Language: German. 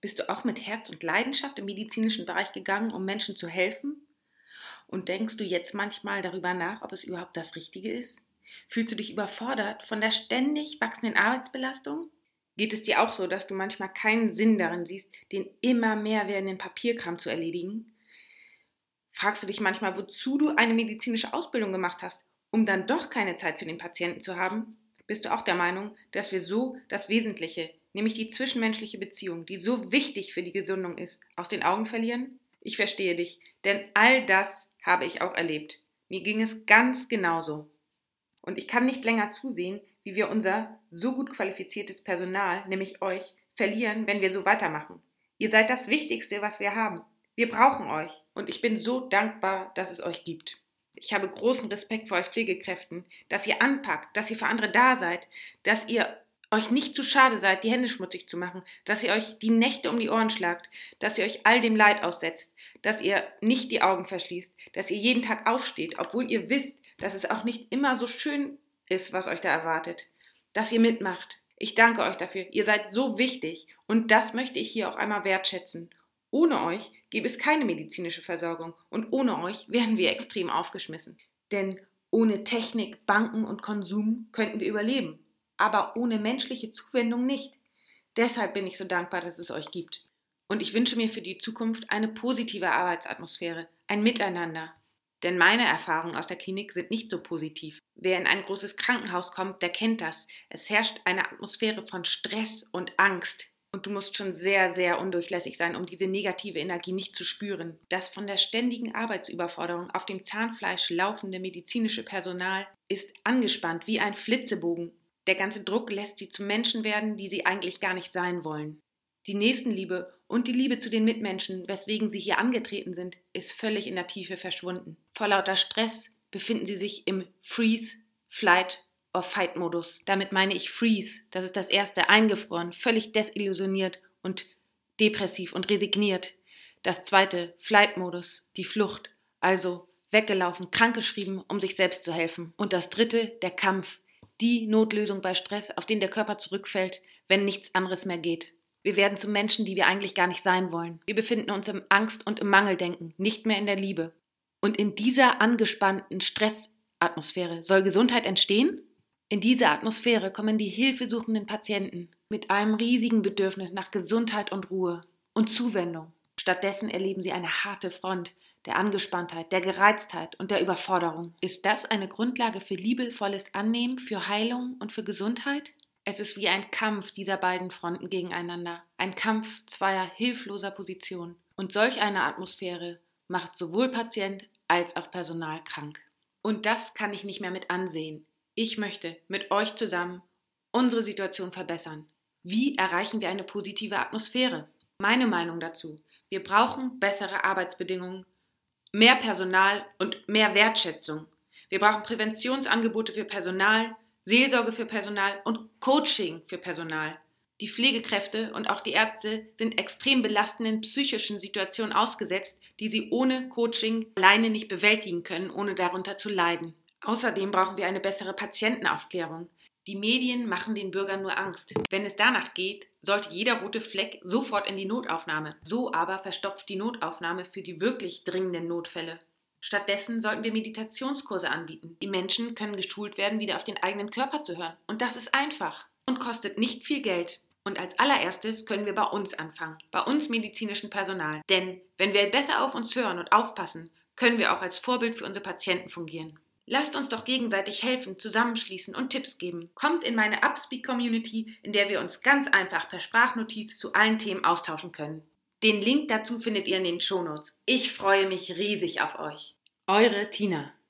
Bist du auch mit Herz und Leidenschaft im medizinischen Bereich gegangen, um Menschen zu helfen? Und denkst du jetzt manchmal darüber nach, ob es überhaupt das Richtige ist? Fühlst du dich überfordert von der ständig wachsenden Arbeitsbelastung? Geht es dir auch so, dass du manchmal keinen Sinn darin siehst, den immer mehr werdenden Papierkram zu erledigen? Fragst du dich manchmal, wozu du eine medizinische Ausbildung gemacht hast, um dann doch keine Zeit für den Patienten zu haben? Bist du auch der Meinung, dass wir so das Wesentliche, nämlich die zwischenmenschliche Beziehung, die so wichtig für die Gesundung ist, aus den Augen verlieren? Ich verstehe dich, denn all das habe ich auch erlebt. Mir ging es ganz genauso. Und ich kann nicht länger zusehen, wie wir unser so gut qualifiziertes Personal, nämlich euch, verlieren, wenn wir so weitermachen. Ihr seid das Wichtigste, was wir haben. Wir brauchen euch und ich bin so dankbar, dass es euch gibt. Ich habe großen Respekt vor euch Pflegekräften, dass ihr anpackt, dass ihr für andere da seid, dass ihr euch nicht zu schade seid, die Hände schmutzig zu machen, dass ihr euch die Nächte um die Ohren schlagt, dass ihr euch all dem Leid aussetzt, dass ihr nicht die Augen verschließt, dass ihr jeden Tag aufsteht, obwohl ihr wisst, dass es auch nicht immer so schön ist, was euch da erwartet, dass ihr mitmacht. Ich danke euch dafür, ihr seid so wichtig und das möchte ich hier auch einmal wertschätzen. Ohne euch gäbe es keine medizinische Versorgung und ohne euch wären wir extrem aufgeschmissen. Denn ohne Technik, Banken und Konsum könnten wir überleben, aber ohne menschliche Zuwendung nicht. Deshalb bin ich so dankbar, dass es euch gibt. Und ich wünsche mir für die Zukunft eine positive Arbeitsatmosphäre, ein Miteinander. Denn meine Erfahrungen aus der Klinik sind nicht so positiv. Wer in ein großes Krankenhaus kommt, der kennt das. Es herrscht eine Atmosphäre von Stress und Angst. Und du musst schon sehr, sehr undurchlässig sein, um diese negative Energie nicht zu spüren. Das von der ständigen Arbeitsüberforderung auf dem Zahnfleisch laufende medizinische Personal ist angespannt wie ein Flitzebogen. Der ganze Druck lässt sie zu Menschen werden, die sie eigentlich gar nicht sein wollen. Die Nächstenliebe und die Liebe zu den Mitmenschen, weswegen sie hier angetreten sind, ist völlig in der Tiefe verschwunden. Vor lauter Stress befinden sie sich im Freeze, Flight or Fight-Modus. Damit meine ich Freeze, das ist das erste, eingefroren, völlig desillusioniert und depressiv und resigniert. Das zweite, Flight-Modus, die Flucht, also weggelaufen, krankgeschrieben, um sich selbst zu helfen. Und das dritte, der Kampf, die Notlösung bei Stress, auf den der Körper zurückfällt, wenn nichts anderes mehr geht. Wir werden zu Menschen, die wir eigentlich gar nicht sein wollen. Wir befinden uns im Angst- und im Mangeldenken, nicht mehr in der Liebe. Und in dieser angespannten Stressatmosphäre soll Gesundheit entstehen? In diese Atmosphäre kommen die hilfesuchenden Patienten mit einem riesigen Bedürfnis nach Gesundheit und Ruhe und Zuwendung. Stattdessen erleben sie eine harte Front der Angespanntheit, der Gereiztheit und der Überforderung. Ist das eine Grundlage für liebevolles Annehmen, für Heilung und für Gesundheit? Es ist wie ein Kampf dieser beiden Fronten gegeneinander, ein Kampf zweier hilfloser Positionen. Und solch eine Atmosphäre macht sowohl Patient als auch Personal krank. Und das kann ich nicht mehr mit ansehen. Ich möchte mit euch zusammen unsere Situation verbessern. Wie erreichen wir eine positive Atmosphäre? Meine Meinung dazu: Wir brauchen bessere Arbeitsbedingungen, mehr Personal und mehr Wertschätzung. Wir brauchen Präventionsangebote für Personal, Seelsorge für Personal und Coaching für Personal. Die Pflegekräfte und auch die Ärzte sind extrem belastenden psychischen Situationen ausgesetzt, die sie ohne Coaching alleine nicht bewältigen können, ohne darunter zu leiden. Außerdem brauchen wir eine bessere Patientenaufklärung. Die Medien machen den Bürgern nur Angst. Wenn es danach geht, sollte jeder rote Fleck sofort in die Notaufnahme. So aber verstopft die Notaufnahme für die wirklich dringenden Notfälle. Stattdessen sollten wir Meditationskurse anbieten. Die Menschen können geschult werden, wieder auf den eigenen Körper zu hören. Und das ist einfach und kostet nicht viel Geld. Und als allererstes können wir bei uns anfangen, bei uns medizinischen Personal. Denn wenn wir besser auf uns hören und aufpassen, können wir auch als Vorbild für unsere Patienten fungieren. Lasst uns doch gegenseitig helfen, zusammenschließen und Tipps geben. Kommt in meine Upspeak-Community, in der wir uns ganz einfach per Sprachnotiz zu allen Themen austauschen können. Den Link dazu findet ihr in den Shownotes. Ich freue mich riesig auf euch. Eure Tina.